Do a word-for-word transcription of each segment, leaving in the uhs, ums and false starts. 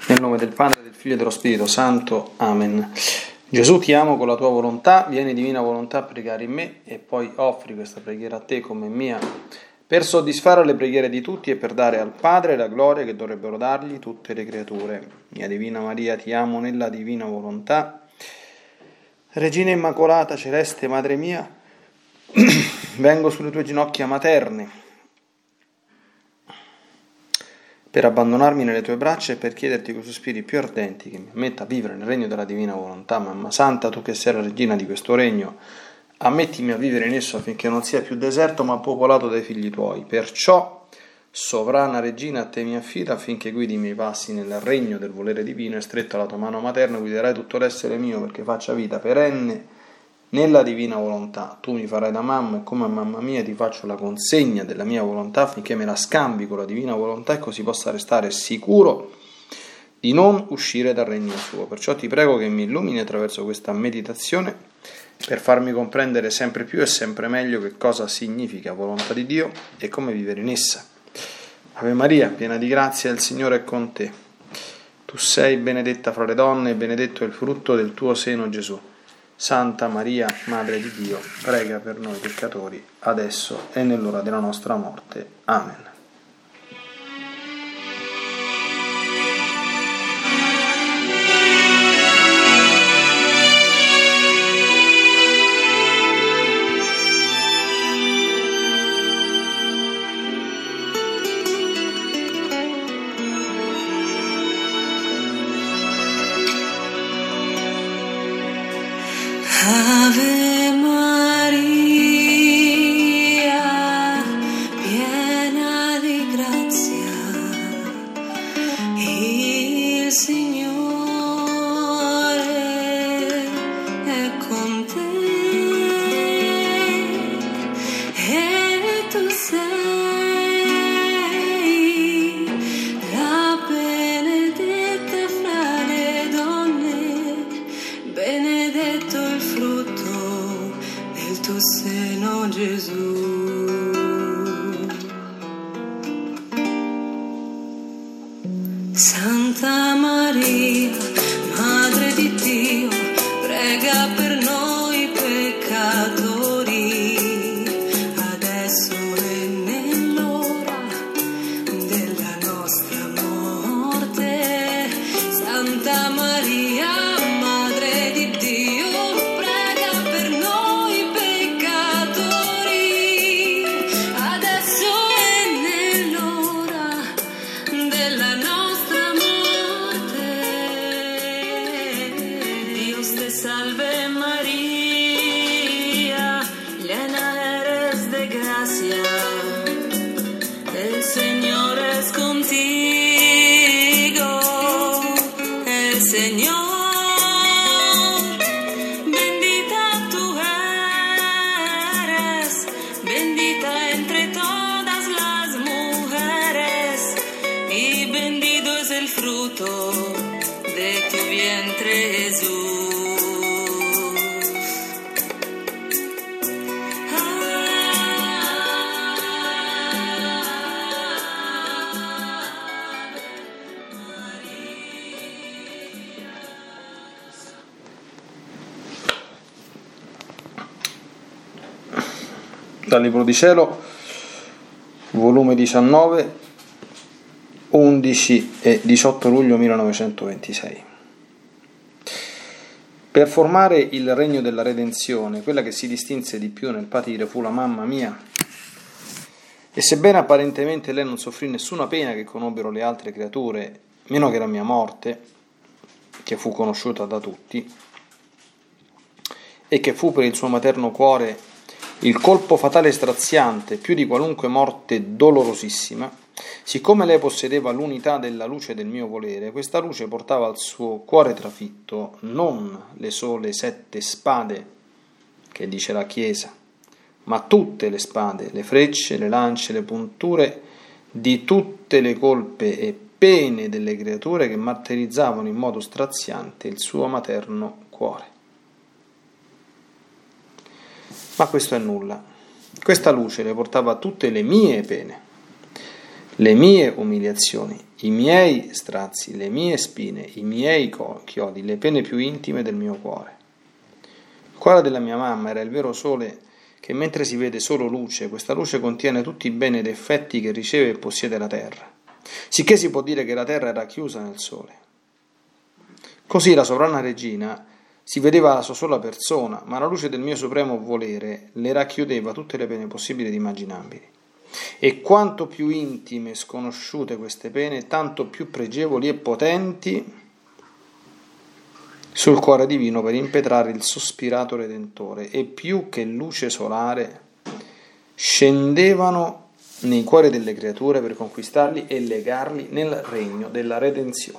Nel nome del Padre, del Figlio e dello Spirito Santo. Amen. Gesù, ti amo con la tua volontà, vieni divina volontà a pregare in me e poi offri questa preghiera a te come mia per soddisfare le preghiere di tutti e per dare al Padre la gloria che dovrebbero dargli tutte le creature. Mia Divina Maria, ti amo nella divina volontà. Regina Immacolata, Celeste Madre mia, vengo sulle tue ginocchia materne per abbandonarmi nelle tue braccia e per chiederti con sospiri più ardenti che mi ammetta a vivere nel regno della divina volontà. Mamma Santa, tu che sei la regina di questo regno, ammettimi a vivere in esso affinché non sia più deserto ma popolato dai figli tuoi. Perciò, sovrana regina, a te mi affido affinché guidi i miei passi nel regno del volere divino e stretto alla tua mano materna guiderai tutto l'essere mio perché faccia vita perenne nella divina volontà. Tu mi farai da mamma e come mamma mia ti faccio la consegna della mia volontà affinché me la scambi con la divina volontà e così possa restare sicuro di non uscire dal regno suo. Perciò ti prego che mi illumini attraverso questa meditazione per farmi comprendere sempre più e sempre meglio che cosa significa volontà di Dio e come vivere in essa. Ave Maria, piena di grazia, il Signore è con te. Tu sei benedetta fra le donne e benedetto è il frutto del tuo seno, Gesù. Santa Maria, Madre di Dio, prega per noi peccatori, adesso e nell'ora della nostra morte. Amen. Ave Maria, piena di grazia, il Signore è con te e tu sei la benedetta fra le donne, benedetto il frutto del tuo seno, Gesù. Santa Maria, Madre di Dio, prega per noi peccatori, adesso e nell'ora della nostra morte. Santa Maria, Madre di Dio, prega per noi peccatori, adesso e nell'ora della nostra morte. Dios te salve María, llena eres de gracia, el Señor es contigo, el Señor. Bendita tú eres, bendita entre todas las mujeres, y bendito es el fruto de tu vientre, Jesús. Dal Libro di Cielo, volume diciannove, undici e diciotto luglio millenovecentoventisei. Per formare il regno della redenzione, quella che si distinse di più nel patire fu la mamma mia, e sebbene apparentemente lei non soffrì nessuna pena che conobbero le altre creature, meno che la mia morte, che fu conosciuta da tutti, e che fu per il suo materno cuore il colpo fatale e straziante più di qualunque morte dolorosissima, siccome lei possedeva l'unità della luce del mio volere, questa luce portava al suo cuore trafitto non le sole sette spade che dice la Chiesa, ma tutte le spade, le frecce, le lance, le punture di tutte le colpe e pene delle creature che martirizzavano in modo straziante il suo materno cuore. Ma questo è nulla. Questa luce le portava tutte le mie pene, le mie umiliazioni, i miei strazi, le mie spine, i miei chiodi, le pene più intime del mio cuore. Il cuore della mia mamma era il vero sole che mentre si vede solo luce, questa luce contiene tutti i beni ed effetti che riceve e possiede la terra, sicché si può dire che la terra era chiusa nel sole. Così la sovrana regina si vedeva la sua sola persona, ma la luce del mio supremo volere le racchiudeva tutte le pene possibili ed immaginabili. E quanto più intime e sconosciute queste pene, tanto più pregevoli e potenti sul cuore divino per impetrare il sospirato Redentore, e più che luce solare scendevano nei cuori delle creature per conquistarli e legarli nel regno della redenzione.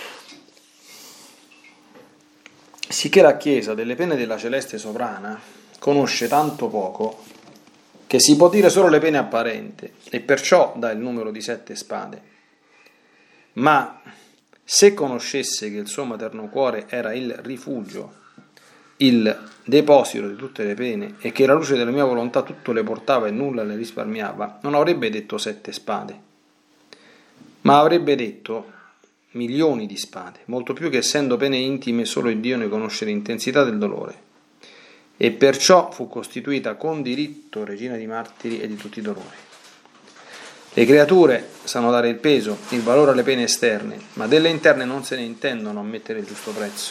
Sicché la Chiesa delle pene della celeste sovrana conosce tanto poco che si può dire solo le pene apparenti, e perciò dà il numero di sette spade. Ma se conoscesse che il suo materno cuore era il rifugio, il deposito di tutte le pene, e che la luce della mia volontà tutto le portava e nulla le risparmiava, non avrebbe detto sette spade, ma avrebbe detto milioni di spade, molto più che essendo pene intime solo il Dio ne conosce l'intensità del dolore. E perciò fu costituita con diritto regina di martiri e di tutti i dolori. Le creature sanno dare il peso, il valore alle pene esterne, ma delle interne non se ne intendono ammettere il giusto prezzo.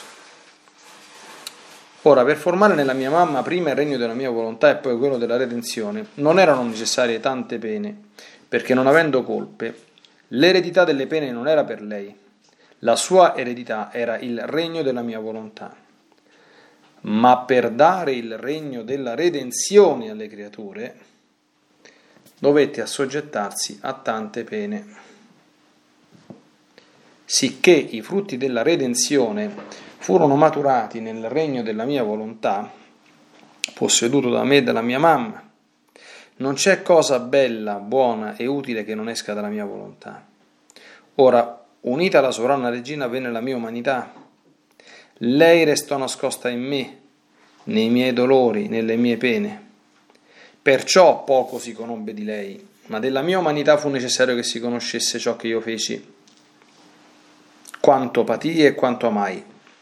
Ora, per formare nella mia mamma prima il regno della mia volontà e poi quello della redenzione, non erano necessarie tante pene, perché non avendo colpe, l'eredità delle pene non era per lei. La sua eredità era il regno della mia volontà. Ma per dare il regno della redenzione alle creature dovette assoggettarsi a tante pene, sicché i frutti della redenzione furono maturati nel regno della mia volontà, posseduto da me e dalla mia mamma. Non c'è cosa bella, buona e utile che non esca dalla mia volontà. Ora, unita alla sovrana regina, venne la mia umanità. Lei restò nascosta in me, nei miei dolori, nelle mie pene. Perciò poco si conobbe di lei, ma della mia umanità fu necessario che si conoscesse ciò che io feci, quanto patii e quanto amai.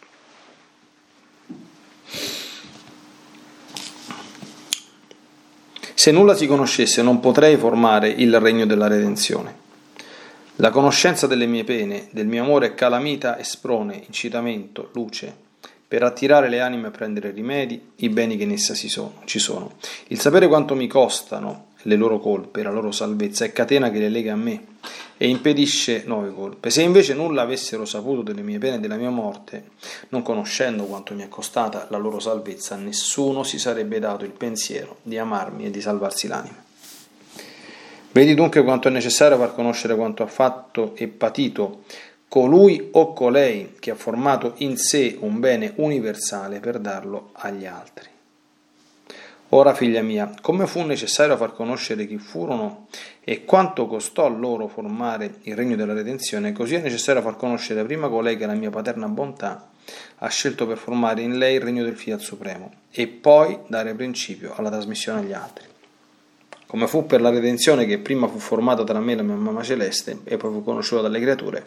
Se nulla si conoscesse, non potrei formare il regno della redenzione. La conoscenza delle mie pene, del mio amore è calamita e sprone, incitamento, luce, per attirare le anime a prendere rimedi, i beni che in essa si sono, ci sono. Il sapere quanto mi costano le loro colpe, la loro salvezza, è catena che le lega a me e impedisce nuove colpe. Se invece nulla avessero saputo delle mie pene e della mia morte, non conoscendo quanto mi è costata la loro salvezza, nessuno si sarebbe dato il pensiero di amarmi e di salvarsi l'anima. Vedi dunque quanto è necessario far conoscere quanto ha fatto e patito colui o colei che ha formato in sé un bene universale per darlo agli altri. Ora, figlia mia, come fu necessario far conoscere chi furono e quanto costò loro formare il regno della redenzione, così è necessario far conoscere prima colei che la mia paterna bontà ha scelto per formare in lei il regno del Fiat Supremo, e poi dare principio alla trasmissione agli altri. Come fu per la redenzione che prima fu formata tra me e la mia mamma celeste e poi fu conosciuta dalle creature,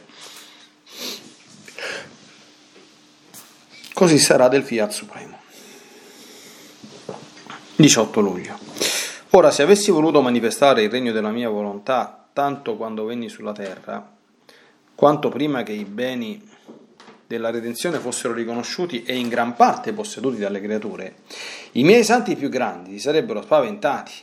così sarà del Fiat Supremo. diciotto luglio. Ora, se avessi voluto manifestare il regno della mia volontà tanto quando venni sulla terra, quanto prima che i beni della redenzione fossero riconosciuti e in gran parte posseduti dalle creature, i miei santi più grandi si sarebbero spaventati.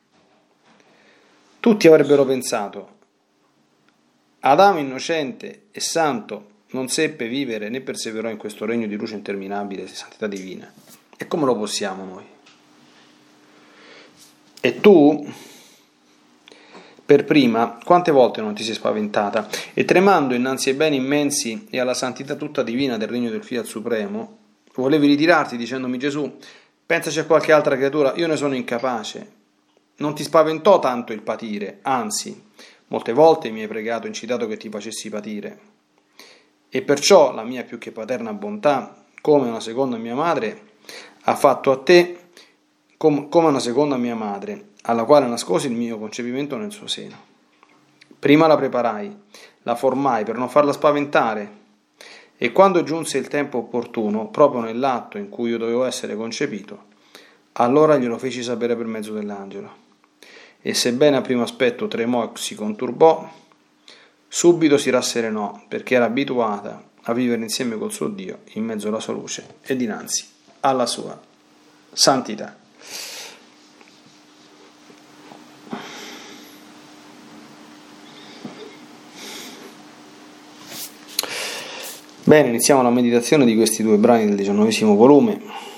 Tutti avrebbero pensato: Adamo innocente e santo non seppe vivere né perseverò in questo regno di luce interminabile e santità divina. E come lo possiamo noi? E tu, per prima, quante volte non ti sei spaventata e tremando innanzi ai beni immensi e alla santità tutta divina del regno del Fiat Supremo, volevi ritirarti dicendomi: Gesù, pensaci a qualche altra creatura, io ne sono incapace. Non ti spaventò tanto il patire, anzi, molte volte mi hai pregato e incitato che ti facessi patire. E perciò la mia più che paterna bontà, come una seconda mia madre, ha fatto a te com- come una seconda mia madre, alla quale nascosi il mio concepimento nel suo seno. Prima la preparai, la formai per non farla spaventare, e quando giunse il tempo opportuno, proprio nell'atto in cui io dovevo essere concepito, allora glielo feci sapere per mezzo dell'angelo. E sebbene a primo aspetto tremò e si conturbò, subito si rasserenò, perché era abituata a vivere insieme col suo Dio in mezzo alla sua luce e dinanzi alla sua santità. Bene, iniziamo la meditazione di questi due brani del diciannovesimo volume,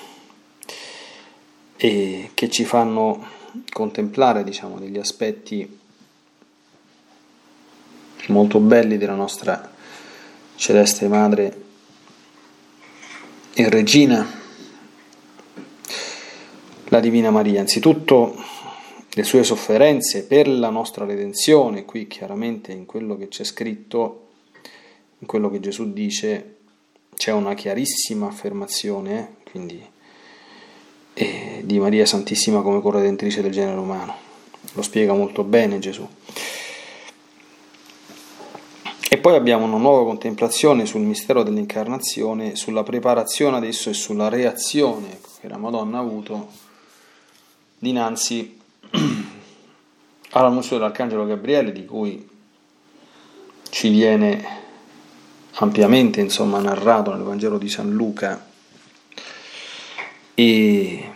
e che ci fanno contemplare, diciamo, degli aspetti molto belli della nostra celeste Madre e Regina, la Divina Maria. Anzitutto le sue sofferenze per la nostra redenzione. Qui chiaramente in quello che c'è scritto, in quello che Gesù dice, c'è una chiarissima affermazione, eh? quindi eh, di Maria Santissima come corredentrice del genere umano. Lo spiega molto bene Gesù. E poi abbiamo una nuova contemplazione sul mistero dell'incarnazione, sulla preparazione ad esso e sulla reazione che la Madonna ha avuto dinanzi all'annunzio dell'Arcangelo Gabriele, di cui ci viene ampiamente, insomma, narrato nel Vangelo di San Luca, e,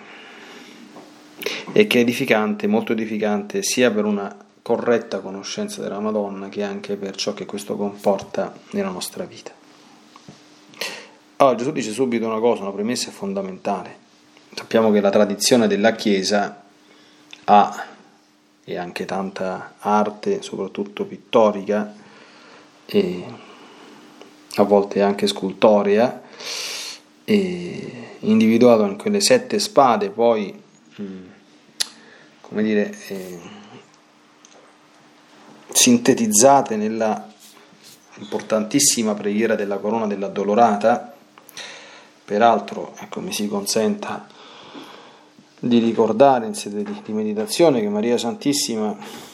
e che è edificante, molto edificante, sia per una corretta conoscenza della Madonna che anche per ciò che questo comporta nella nostra vita. Allora Gesù dice subito una cosa, una premessa fondamentale. Sappiamo che la tradizione della Chiesa ha, e anche tanta arte, soprattutto pittorica, e a volte anche scultorea, e individuato in quelle sette spade, poi, come dire, eh, sintetizzate nella importantissima preghiera della Corona dell'Addolorata. Peraltro, ecco, mi si consenta di ricordare in sede di, di meditazione che Maria Santissima,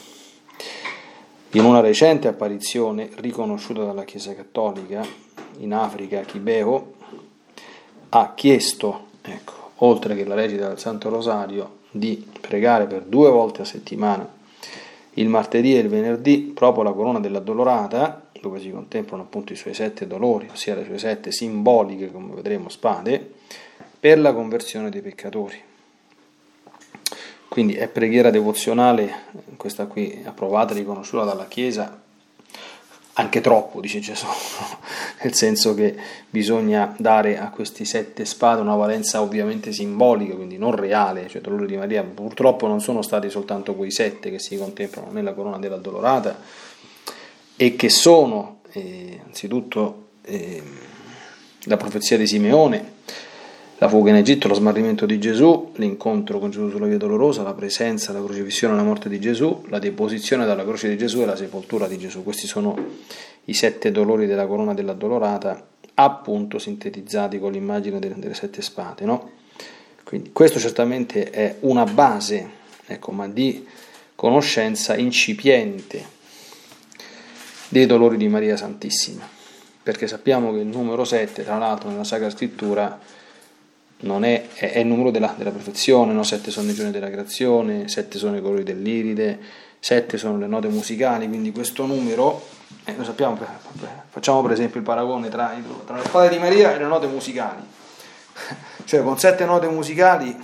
in una recente apparizione riconosciuta dalla Chiesa Cattolica in Africa, a Chibeo, ha chiesto, ecco, oltre che la recita del Santo Rosario, di pregare per due volte a settimana, il martedì e il venerdì, proprio la Corona dell'Addolorata, dove si contemplano appunto i suoi sette dolori, ossia le sue sette simboliche, come vedremo, spade, per la conversione dei peccatori. Quindi è preghiera devozionale, questa qui approvata e riconosciuta dalla Chiesa, anche troppo, dice Gesù, nel senso che bisogna dare a questi sette spade una valenza ovviamente simbolica, quindi non reale. Cioè, i dolori di Maria purtroppo non sono stati soltanto quei sette che si contemplano nella Corona dell'Addolorata, e che sono eh, anzitutto eh, la profezia di Simeone, la fuga in Egitto, lo smarrimento di Gesù, l'incontro con Gesù sulla via dolorosa, la presenza, la crocifissione e la morte di Gesù, la deposizione dalla croce di Gesù e la sepoltura di Gesù. Questi sono i sette dolori della Corona dell'Addolorata, appunto sintetizzati con l'immagine delle, delle sette spade, no? Quindi questo certamente è una base, ecco, ma di conoscenza incipiente dei dolori di Maria Santissima, perché sappiamo che il numero sette, tra l'altro, nella Sacra Scrittura non è, è, è il numero della, della perfezione, no? Sette sono i giorni della creazione, sette sono i colori dell'iride, sette sono le note musicali, quindi questo numero, eh, noi sappiamo, facciamo per esempio il paragone tra, tra le spade di Maria e le note musicali, cioè con sette note musicali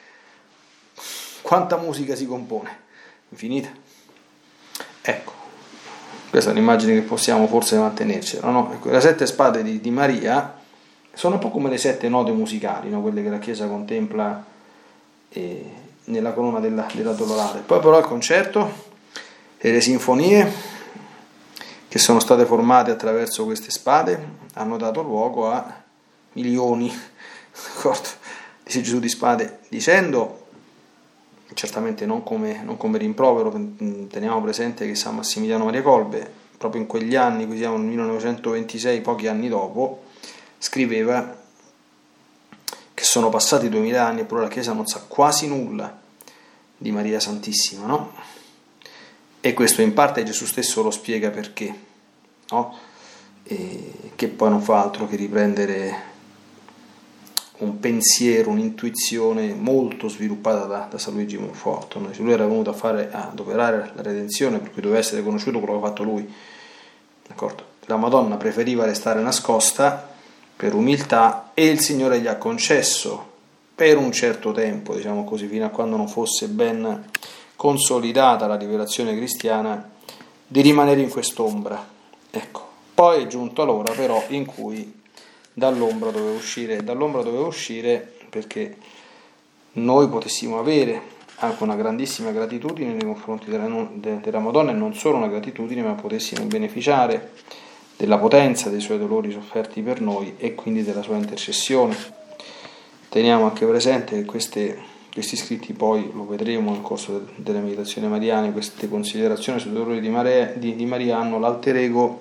quanta musica si compone? Infinita. Ecco, questa è un'immagine che possiamo forse mantenercela, no? Ecco, le sette spade di, di Maria sono un po' come le sette note musicali, no? Quelle che la Chiesa contempla eh, nella Corona della, dell'Addolorata. Poi però il concerto e le sinfonie che sono state formate attraverso queste spade hanno dato luogo a milioni, d'accordo, dice Gesù, di spade, dicendo, certamente non come, non come rimprovero, teniamo presente che San Massimiliano Maria Colbe, proprio in quegli anni, qui siamo nel millenovecentoventisei, pochi anni dopo, scriveva che sono passati duemila anni eppure la Chiesa non sa quasi nulla di Maria Santissima, no? E questo in parte Gesù stesso lo spiega perché. no? E che poi non fa altro che riprendere un pensiero, un'intuizione molto sviluppata da, da San Luigi Monforto. No? Lui era venuto a fare, ad operare la redenzione, per cui doveva essere conosciuto quello che ha fatto lui. D'accordo? La Madonna preferiva restare nascosta per umiltà e il Signore gli ha concesso per un certo tempo, diciamo così, fino a quando non fosse ben consolidata la rivelazione cristiana, di rimanere in quest'ombra. Ecco, poi è giunta l'ora però in cui dall'ombra doveva uscire, dall'ombra doveva uscire perché noi potessimo avere anche una grandissima gratitudine nei confronti della, della Madonna, e non solo una gratitudine, ma potessimo beneficiare della potenza dei suoi dolori sofferti per noi e quindi della sua intercessione. Teniamo anche presente che queste, questi scritti, poi lo vedremo nel corso delle meditazioni mariane, queste considerazioni sui dolori di Maria, di, di Maria hanno l'alter ego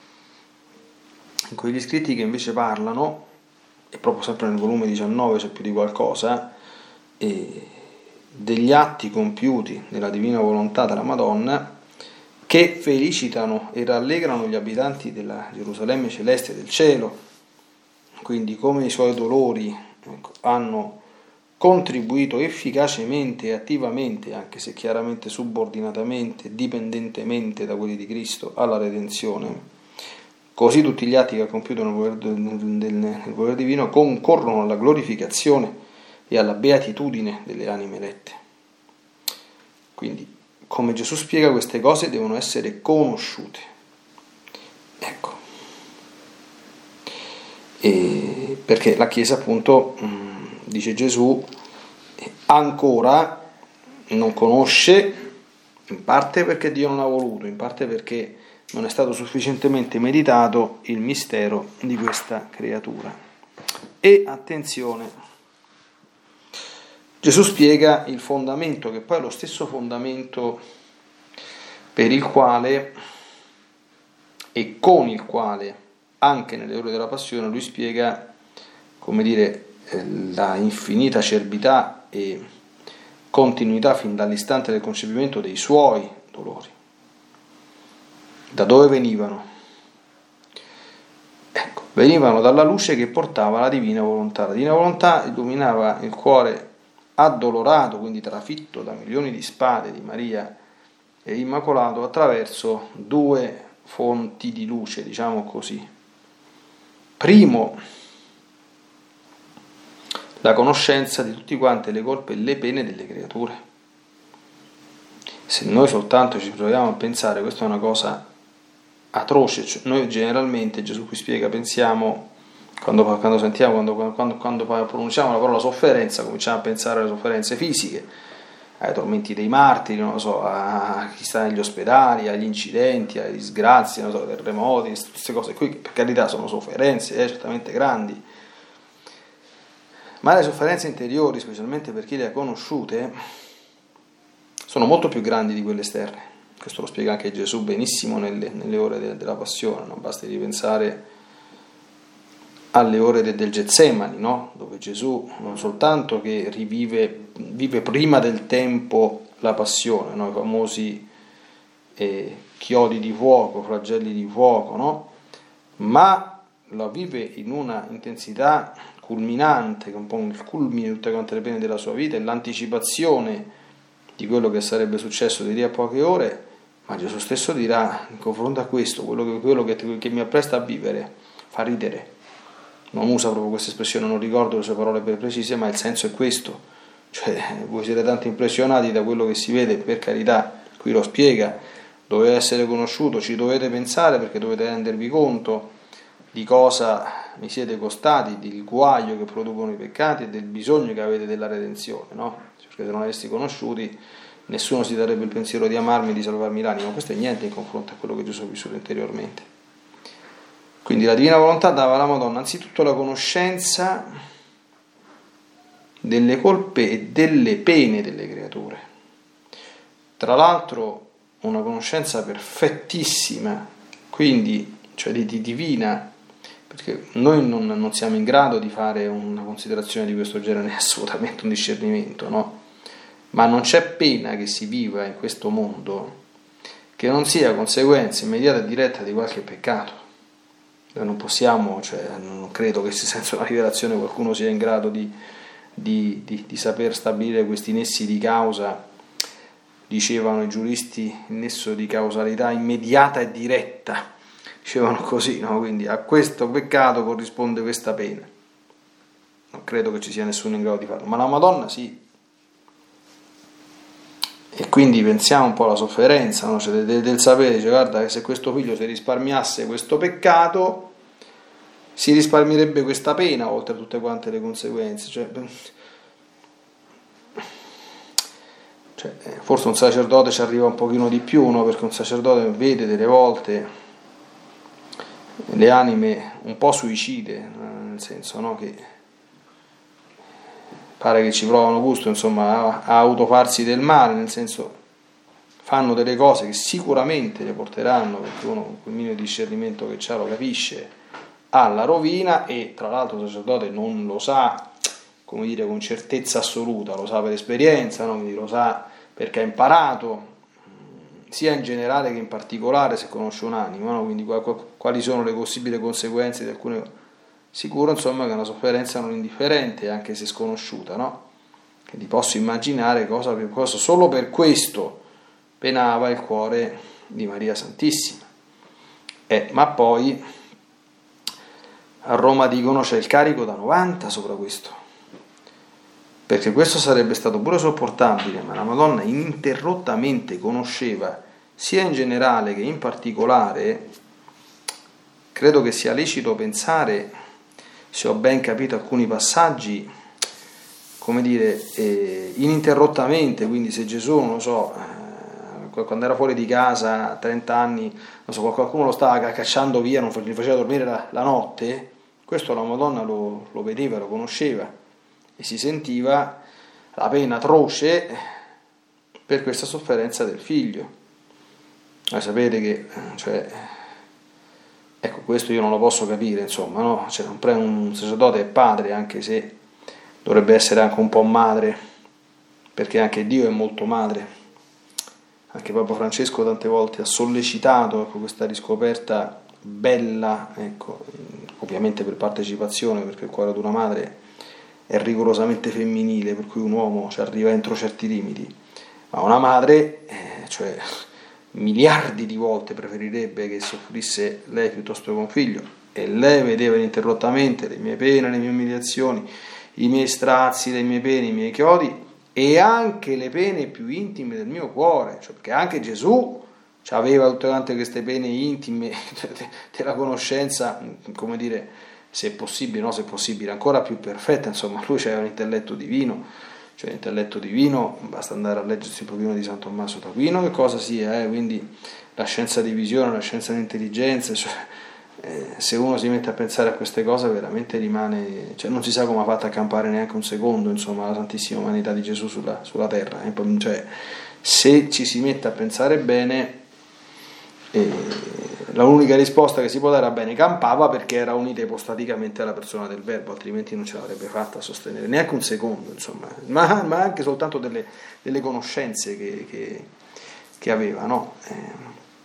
in quegli scritti che invece parlano, e proprio sempre nel volume diciannove c'è più di qualcosa, e degli atti compiuti nella divina volontà della Madonna che felicitano e rallegrano gli abitanti della Gerusalemme celeste del cielo. Quindi come i suoi dolori, ecco, hanno contribuito efficacemente e attivamente, anche se chiaramente subordinatamente, dipendentemente da quelli di Cristo, alla redenzione, così tutti gli atti che ha compiuto nel volere, nel, nel volere divino concorrono alla glorificazione e alla beatitudine delle anime elette. Quindi, come Gesù spiega, queste cose devono essere conosciute. Ecco. E perché la Chiesa, appunto, dice Gesù, ancora non conosce, in parte perché Dio non ha voluto, in parte perché non è stato sufficientemente meditato il mistero di questa creatura. E attenzione, Gesù spiega il fondamento, che poi è lo stesso fondamento per il quale e con il quale anche nelle ore della passione lui spiega, come dire, la infinita acerbità e continuità fin dall'istante del concepimento dei suoi dolori. Da dove venivano? Ecco, venivano dalla luce che portava la divina volontà. La divina volontà illuminava il cuore addolorato, quindi trafitto da milioni di spade di Maria e Immacolato, attraverso due fonti di luce, diciamo così. Primo, la conoscenza di tutte quante le colpe e le pene delle creature. Se noi soltanto ci proviamo a pensare, questa è una cosa atroce, cioè noi generalmente, Gesù qui spiega, pensiamo, quando, quando sentiamo, quando, quando, quando pronunciamo la parola sofferenza, cominciamo a pensare alle sofferenze fisiche, ai tormenti dei martiri, non lo so, a chi sta negli ospedali, agli incidenti, ai disgrazi, non so, terremoti, queste cose qui, che per carità sono sofferenze eh, certamente grandi, ma le sofferenze interiori, specialmente per chi le ha conosciute, sono molto più grandi di quelle esterne. Questo lo spiega anche Gesù benissimo nelle, nelle ore de, della passione, non basta ripensare alle ore de, del Getsemani, no? Dove Gesù non soltanto che rivive, vive prima del tempo la passione, no? I famosi eh, chiodi di fuoco, flagelli di fuoco, no? Ma la vive in una intensità culminante, che è un po' il culmine di tutte quante le pene della sua vita, e l'anticipazione di quello che sarebbe successo di lì a poche ore. Ma Gesù stesso dirà, in confronto a questo, quello che, quello che, che mi appresta a vivere fa ridere. Non usa proprio questa espressione, non ricordo le sue parole per precise, ma il senso è questo. Cioè, voi siete tanto impressionati da quello che si vede, per carità, qui lo spiega, doveva essere conosciuto, ci dovete pensare perché dovete rendervi conto di cosa mi siete costati, del guaio che producono i peccati e del bisogno che avete della redenzione, no? Perché se non avessi conosciuti nessuno si darebbe il pensiero di amarmi e di salvarmi l'anima. Questo è niente in confronto a quello che Gesù ha vissuto interiormente. Quindi la divina volontà dava alla Madonna anzitutto la conoscenza delle colpe e delle pene delle creature. Tra l'altro una conoscenza perfettissima, quindi cioè di, di divina, perché noi non, non siamo in grado di fare una considerazione di questo genere, assolutamente un discernimento, no? Ma non c'è pena che si viva in questo mondo che non sia conseguenza immediata e diretta di qualche peccato. Noi non possiamo, cioè non credo che senza una rivelazione qualcuno sia in grado di, di, di, di saper stabilire questi nessi di causa. Dicevano i giuristi il nesso di causalità immediata e diretta, dicevano così, no? Quindi a questo peccato corrisponde questa pena. Non credo che ci sia nessuno in grado di farlo, ma la Madonna sì. E quindi pensiamo un po' alla sofferenza, no? Cioè, del, del sapere, cioè, guarda che se questo figlio si risparmiasse questo peccato, si risparmierebbe questa pena, oltre a tutte quante le conseguenze. Cioè, cioè, forse un sacerdote ci arriva un pochino di più, no? Perché un sacerdote vede delle volte le anime un po' suicide, nel senso, no? Che pare che ci provano gusto, insomma, a, a autofarsi del male, nel senso, fanno delle cose che sicuramente le porteranno, perché uno con quel minimo di discernimento che c'ha lo capisce, alla rovina, e tra l'altro il sacerdote non lo sa, come dire, con certezza assoluta, lo sa per esperienza, no? Quindi lo sa perché ha imparato, sia in generale che in particolare, se conosce un'anima, no? Quindi quali sono le possibili conseguenze di alcune. Sicuro, insomma, che è una sofferenza non indifferente, anche se sconosciuta, no? Quindi posso immaginare cosa, cosa solo per questo penava il cuore di Maria Santissima. Eh, ma poi a Roma dicono c'è il carico da novanta sopra questo, perché questo sarebbe stato pure sopportabile, ma la Madonna ininterrottamente conosceva, sia in generale che in particolare. Credo che sia lecito pensare, se ho ben capito alcuni passaggi, come dire, eh, ininterrottamente, quindi se Gesù, non lo so, eh, quando era fuori di casa a trenta anni, non so, qualcuno lo stava cacciando via, non gli faceva dormire la, la notte, questo la Madonna lo, lo vedeva, lo conosceva e si sentiva la pena atroce per questa sofferenza del figlio. Ma sapete che, cioè, ecco, questo io non lo posso capire, insomma, no? Cioè, un, pre- un sacerdote è padre, anche se dovrebbe essere anche un po' madre, perché anche Dio è molto madre. Anche Papa Francesco tante volte ha sollecitato, ecco, questa riscoperta bella, ecco, ovviamente per partecipazione, perché il cuore di una madre è rigorosamente femminile, per cui un uomo ci arriva entro certi limiti, ma una madre, eh, cioè miliardi di volte preferirebbe che soffrisse lei piuttosto che un figlio, e lei vedeva ininterrottamente le mie pene, le mie umiliazioni, i miei strazi, le mie pene, i miei chiodi e anche le pene più intime del mio cuore, cioè, perché anche Gesù aveva tutte quante queste pene intime della conoscenza, come dire, se è possibile, no, se è possibile, ancora più perfetta, insomma, lui aveva un intelletto divino. Cioè l'intelletto divino, basta andare a leggersi un pochino di San Tommaso d'Aquino che cosa sia, eh? Quindi la scienza di visione, la scienza di intelligenza, cioè, eh, se uno si mette a pensare a queste cose veramente rimane, cioè non si sa come ha fatto a campare neanche un secondo, insomma, la santissima umanità di Gesù sulla, sulla terra, eh? Cioè, se ci si mette a pensare bene, eh, l'unica risposta che si può dare a bene campava, perché era unita ipostaticamente alla persona del Verbo, altrimenti non ce l'avrebbe fatta a sostenere neanche un secondo, insomma, ma, ma anche soltanto delle, delle conoscenze che, che, che aveva, no? Eh,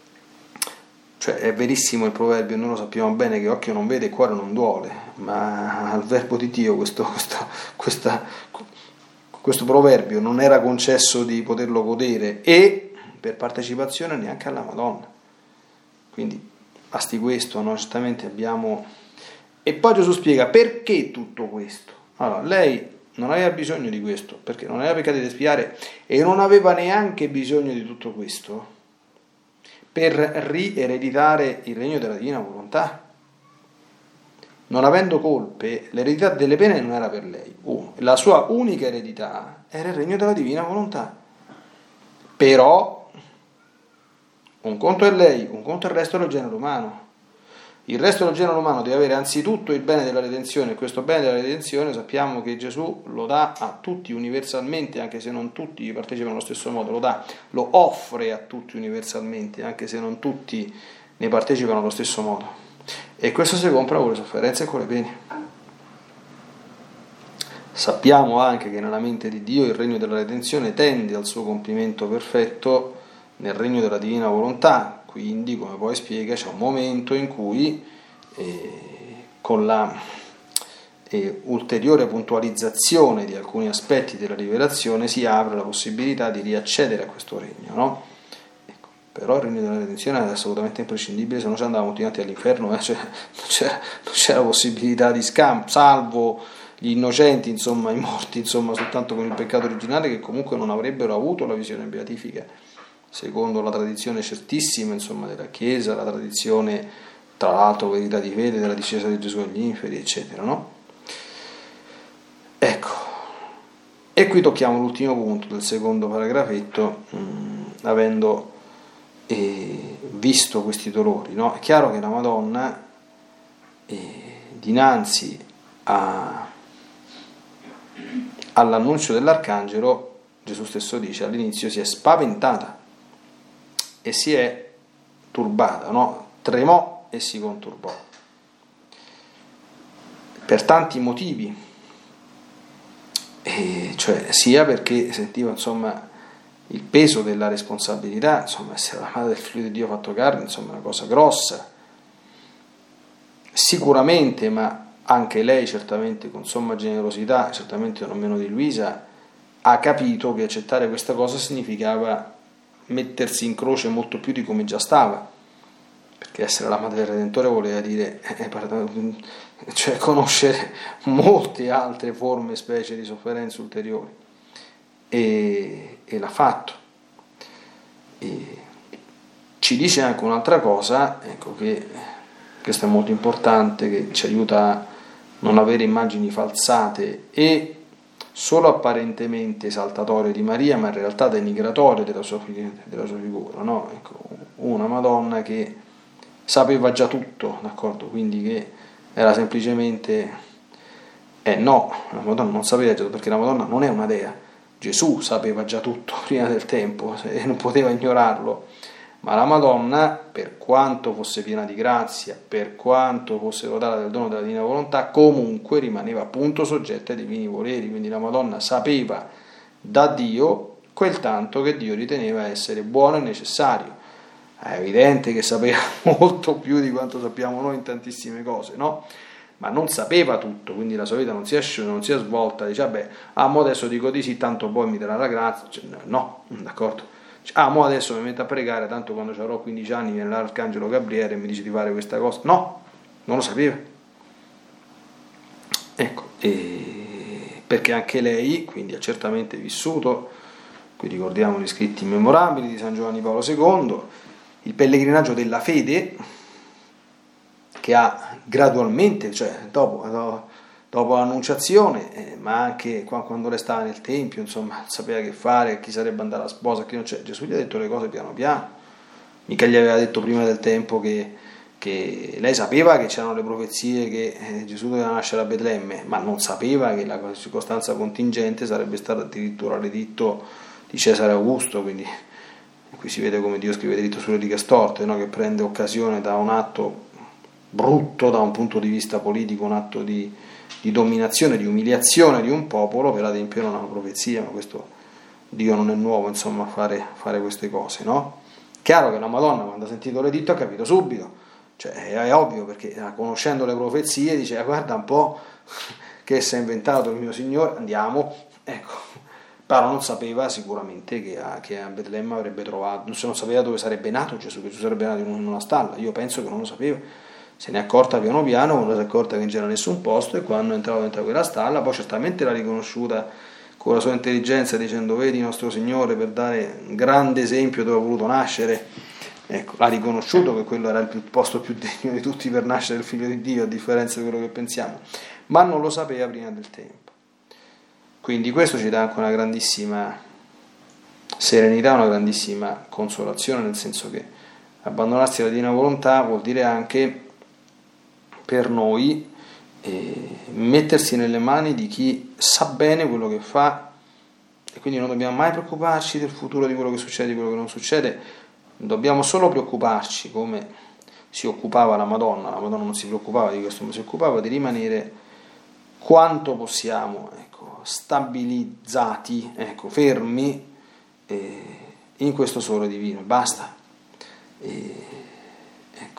cioè è verissimo il proverbio, noi lo sappiamo bene, che occhio non vede e cuore non duole, ma al Verbo di Dio questo, questo, questa, questo proverbio non era concesso di poterlo godere, e per partecipazione neanche alla Madonna. Quindi basti questo, no? Certamente abbiamo. E poi Gesù spiega perché tutto questo. Allora, lei non aveva bisogno di questo, perché non aveva peccati da espiare, e non aveva neanche bisogno di tutto questo per riereditare il regno della divina volontà. Non avendo colpe, l'eredità delle pene non era per lei. Uno, la sua unica eredità era il regno della divina volontà. Però un conto è lei, un conto è il resto del genere umano. Il resto del genere umano deve avere anzitutto il bene della redenzione, e questo bene della redenzione sappiamo che Gesù lo dà a tutti universalmente, anche se non tutti partecipano allo stesso modo, lo dà, lo offre a tutti universalmente, anche se non tutti ne partecipano allo stesso modo. E questo si compra con le sofferenze e con le pene. Sappiamo anche che nella mente di Dio il regno della redenzione tende al suo compimento perfetto nel regno della divina volontà. Quindi, come poi spiega, c'è un momento in cui eh, con la eh, ulteriore puntualizzazione di alcuni aspetti della rivelazione si apre la possibilità di riaccedere a questo regno, no? Ecco, però il regno della redenzione è assolutamente imprescindibile, se no ci andavamo tutti quanti all'inferno, eh? Cioè, non, c'era, non c'era possibilità di scampo, salvo gli innocenti, insomma, i morti, insomma, soltanto con il peccato originale, che comunque non avrebbero avuto la visione beatifica, secondo la tradizione certissima, insomma, della Chiesa, la tradizione, tra l'altro, verità di fede, della discesa di Gesù agli inferi, eccetera, no? Ecco, e qui tocchiamo l'ultimo punto del secondo paragrafetto, mh, avendo eh, visto questi dolori, no? È chiaro che la Madonna, eh, dinanzi a, all'annuncio dell'Arcangelo, Gesù stesso dice, all'inizio si è spaventata e si è turbata, no? Tremò e si conturbò, per tanti motivi. E cioè sia perché sentiva, insomma, il peso della responsabilità, insomma, essere la madre del figlio di Dio fatto carne, insomma, è una cosa grossa, sicuramente, ma anche lei certamente con somma generosità, certamente non meno di Luisa, ha capito che accettare questa cosa significava mettersi in croce molto più di come già stava, perché essere la madre del Redentore voleva dire eh, cioè conoscere molte altre forme e specie di sofferenze ulteriori, e, e l'ha fatto. E ci dice anche un'altra cosa, ecco, che questo è molto importante, che ci aiuta a non avere immagini falsate e solo apparentemente esaltatorie di Maria, ma in realtà denigratorie della sua, della sua figura, no? Ecco, una Madonna che sapeva già tutto, d'accordo? Quindi che era semplicemente eh no, la Madonna non sapeva già tutto, perché la Madonna non è una dea. Gesù sapeva già tutto prima del tempo e non poteva ignorarlo, ma la Madonna, per quanto fosse piena di grazia, per quanto fosse dotata del dono della divina volontà, comunque rimaneva appunto soggetta ai divini voleri. Quindi la Madonna sapeva da Dio quel tanto che Dio riteneva essere buono e necessario. È evidente che sapeva molto più di quanto sappiamo noi in tantissime cose, no? Ma non sapeva tutto, quindi la sua vita non si è, non si è svolta, dice, vabbè, ah, mo adesso dico di sì, tanto poi mi darà la grazia, cioè, no, d'accordo? Ah, mo adesso mi metto a pregare, tanto quando avrò quindici anni viene l'Arcangelo Gabriele e mi dice di fare questa cosa. No, non lo sapeva. Ecco, e perché anche lei, quindi ha certamente vissuto, qui ricordiamo gli scritti memorabili di San Giovanni Paolo secondo, il pellegrinaggio della fede, che ha gradualmente, cioè dopo, dopo l'annunciazione, eh, ma anche quando restava nel tempio, insomma, sapeva che fare, chi sarebbe andata alla sposa, chi non c'è. Gesù gli ha detto le cose piano piano, mica gli aveva detto prima del tempo che, che lei sapeva che c'erano le profezie che eh, Gesù doveva nascere a Betlemme, ma non sapeva che la circostanza contingente sarebbe stata addirittura l'editto di Cesare Augusto. Quindi qui si vede come Dio scrive diritto sulle righe storte, no? Che prende occasione da un atto brutto da un punto di vista politico, un atto di, di dominazione, di umiliazione di un popolo per adempiere una profezia. Ma questo Dio non è nuovo, insomma, a fare, fare queste cose, no? Chiaro che la Madonna, quando ha sentito l'editto, ha capito subito, cioè è, è ovvio, perché conoscendo le profezie dice, guarda un po' che si è inventato il mio Signore, andiamo, ecco. Però non sapeva sicuramente che a, che a Betlemme avrebbe trovato, non sapeva dove sarebbe nato Gesù, che Gesù sarebbe nato in una stalla. Io penso che non lo sapeva, se ne è accorta piano piano, quando si è accorta che non c'era nessun posto, e quando è entrato dentro quella stalla, poi certamente l'ha riconosciuta con la sua intelligenza, dicendo, vedi nostro Signore, per dare un grande esempio dove ha voluto nascere. Ecco, l'ha riconosciuto che quello era il posto più degno di tutti per nascere il figlio di Dio, a differenza di quello che pensiamo, ma non lo sapeva prima del tempo. Quindi questo ci dà anche una grandissima serenità, una grandissima consolazione, nel senso che abbandonarsi alla divina volontà vuol dire anche per noi eh, mettersi nelle mani di chi sa bene quello che fa, e quindi non dobbiamo mai preoccuparci del futuro, di quello che succede, di quello che non succede. Dobbiamo solo preoccuparci, come si occupava la Madonna. La Madonna non si preoccupava di questo, ma si occupava di rimanere quanto possiamo, ecco, stabilizzati, ecco, fermi, eh, in questo sole divino, basta. E, ecco.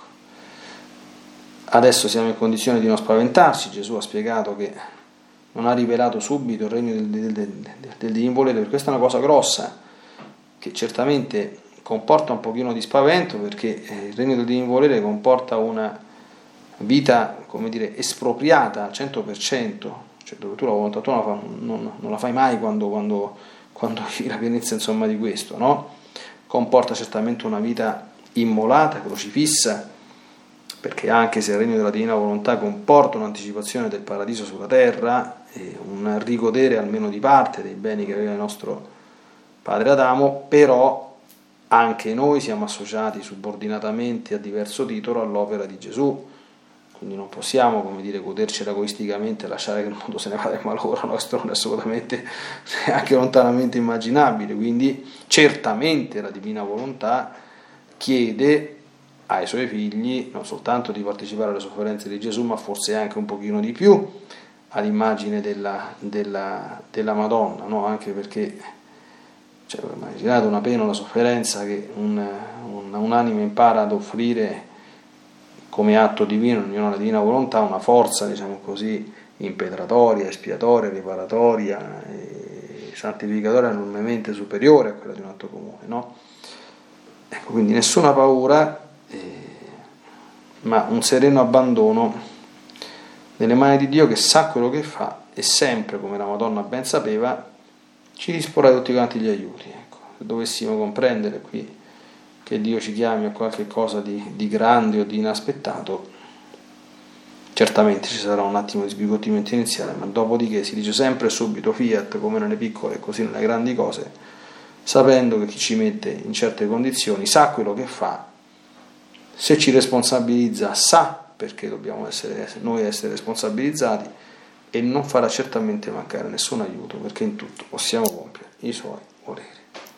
Adesso siamo in condizione di non spaventarci. Gesù ha spiegato che non ha rivelato subito il regno del, del, del, del, del divino volere, perché questa è una cosa grossa, che certamente comporta un pochino di spavento, perché il regno del divino volere comporta una vita, come dire, espropriata al cento per cento, cioè dove tu la volontà tua non, non, non la fai mai quando, quando, quando vivi la pienezza, insomma, di questo, no? Comporta certamente una vita immolata, crocifissa, perché anche se il regno della divina volontà comporta un'anticipazione del paradiso sulla terra e un rigodere almeno di parte dei beni che aveva il nostro padre Adamo, però anche noi siamo associati subordinatamente a diverso titolo all'opera di Gesù, quindi non possiamo, come dire, godercela egoisticamente e lasciare che il mondo se ne vada in malora, no? Questo non è assolutamente neanche lontanamente immaginabile. Quindi certamente la divina volontà chiede ai suoi figli non soltanto di partecipare alle sofferenze di Gesù, ma forse anche un pochino di più all'immagine della, della, della Madonna, no? Anche perché, cioè, immaginate una pena, una sofferenza che un, un, un'anima impara ad offrire come atto divino, in ognuno la divina volontà, una forza, diciamo così, impetratoria, espiatoria, riparatoria e santificatoria enormemente superiore a quella di un atto comune, no? Ecco, quindi nessuna paura, eh, ma un sereno abbandono nelle mani di Dio, che sa quello che fa e sempre, come la Madonna ben sapeva, ci disporrà di tutti quanti gli aiuti. Ecco, se dovessimo comprendere qui che Dio ci chiami a qualche cosa di, di grande o di inaspettato, certamente ci sarà un attimo di sbigottimento iniziale, ma dopodiché si dice sempre subito fiat, come nelle piccole e così nelle grandi cose, sapendo che chi ci mette in certe condizioni sa quello che fa, se ci responsabilizza sa perché dobbiamo essere noi essere responsabilizzati, e non farà certamente mancare nessun aiuto, perché in tutto possiamo compiere i suoi voleri.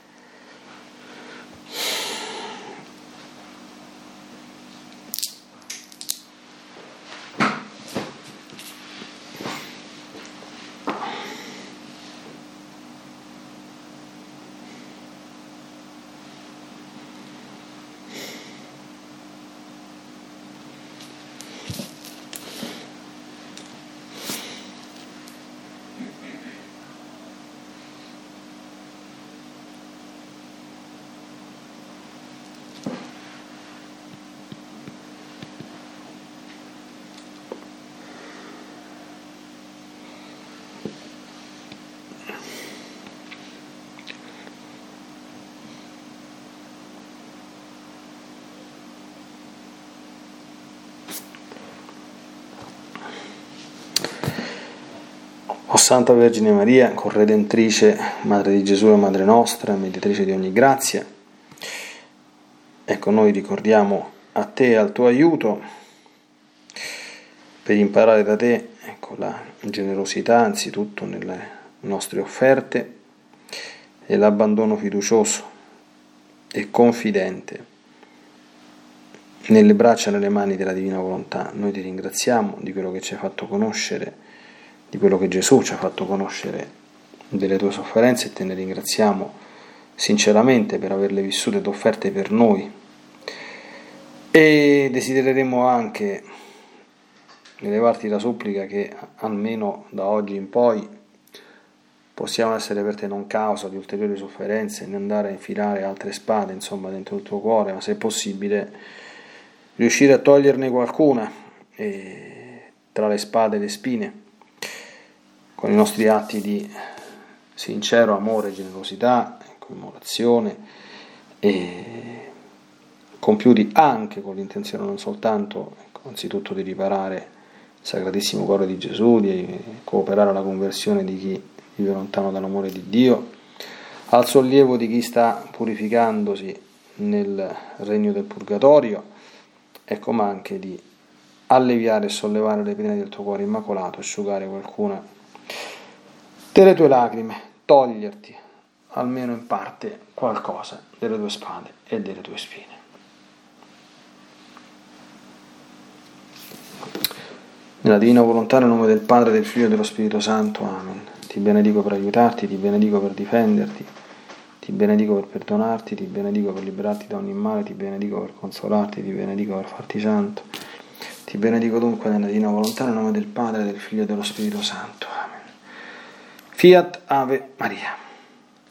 O Santa Vergine Maria, corredentrice, Madre di Gesù e Madre nostra, mediatrice di ogni grazia, ecco, noi ricordiamo a te e al tuo aiuto per imparare da te, ecco, la generosità anzitutto nelle nostre offerte e l'abbandono fiducioso e confidente nelle braccia e nelle mani della Divina Volontà. Noi ti ringraziamo di quello che ci hai fatto conoscere, di quello che Gesù ci ha fatto conoscere delle tue sofferenze, e te ne ringraziamo sinceramente per averle vissute ed offerte per noi, e desidereremo anche elevarti la supplica che almeno da oggi in poi possiamo essere per te non causa di ulteriori sofferenze, né andare a infilare altre spade, insomma, dentro il tuo cuore, ma se possibile riuscire a toglierne qualcuna e tra le spade e le spine, con i nostri atti di sincero amore, generosità, immolazione, e compiuti anche con l'intenzione non soltanto, ecco, anzitutto di riparare il Sacratissimo Cuore di Gesù, di cooperare alla conversione di chi vive lontano dall'amore di Dio, al sollievo di chi sta purificandosi nel regno del Purgatorio, ecco, ma anche di alleviare e sollevare le pene del tuo cuore immacolato, asciugare qualcuna delle tue lacrime, toglierti almeno in parte qualcosa delle tue spade e delle tue spine. Nella Divina Volontà, nel nome del Padre, del Figlio e dello Spirito Santo. Amen. Ti benedico per aiutarti, ti benedico per difenderti, Ti benedico per perdonarti, ti benedico per liberarti da ogni male, ti benedico per consolarti, ti benedico per farti santo. Ti benedico dunque nella divina volontà, nel nome del Padre, del Figlio e dello Spirito Santo. Amen. Fiat Ave Maria.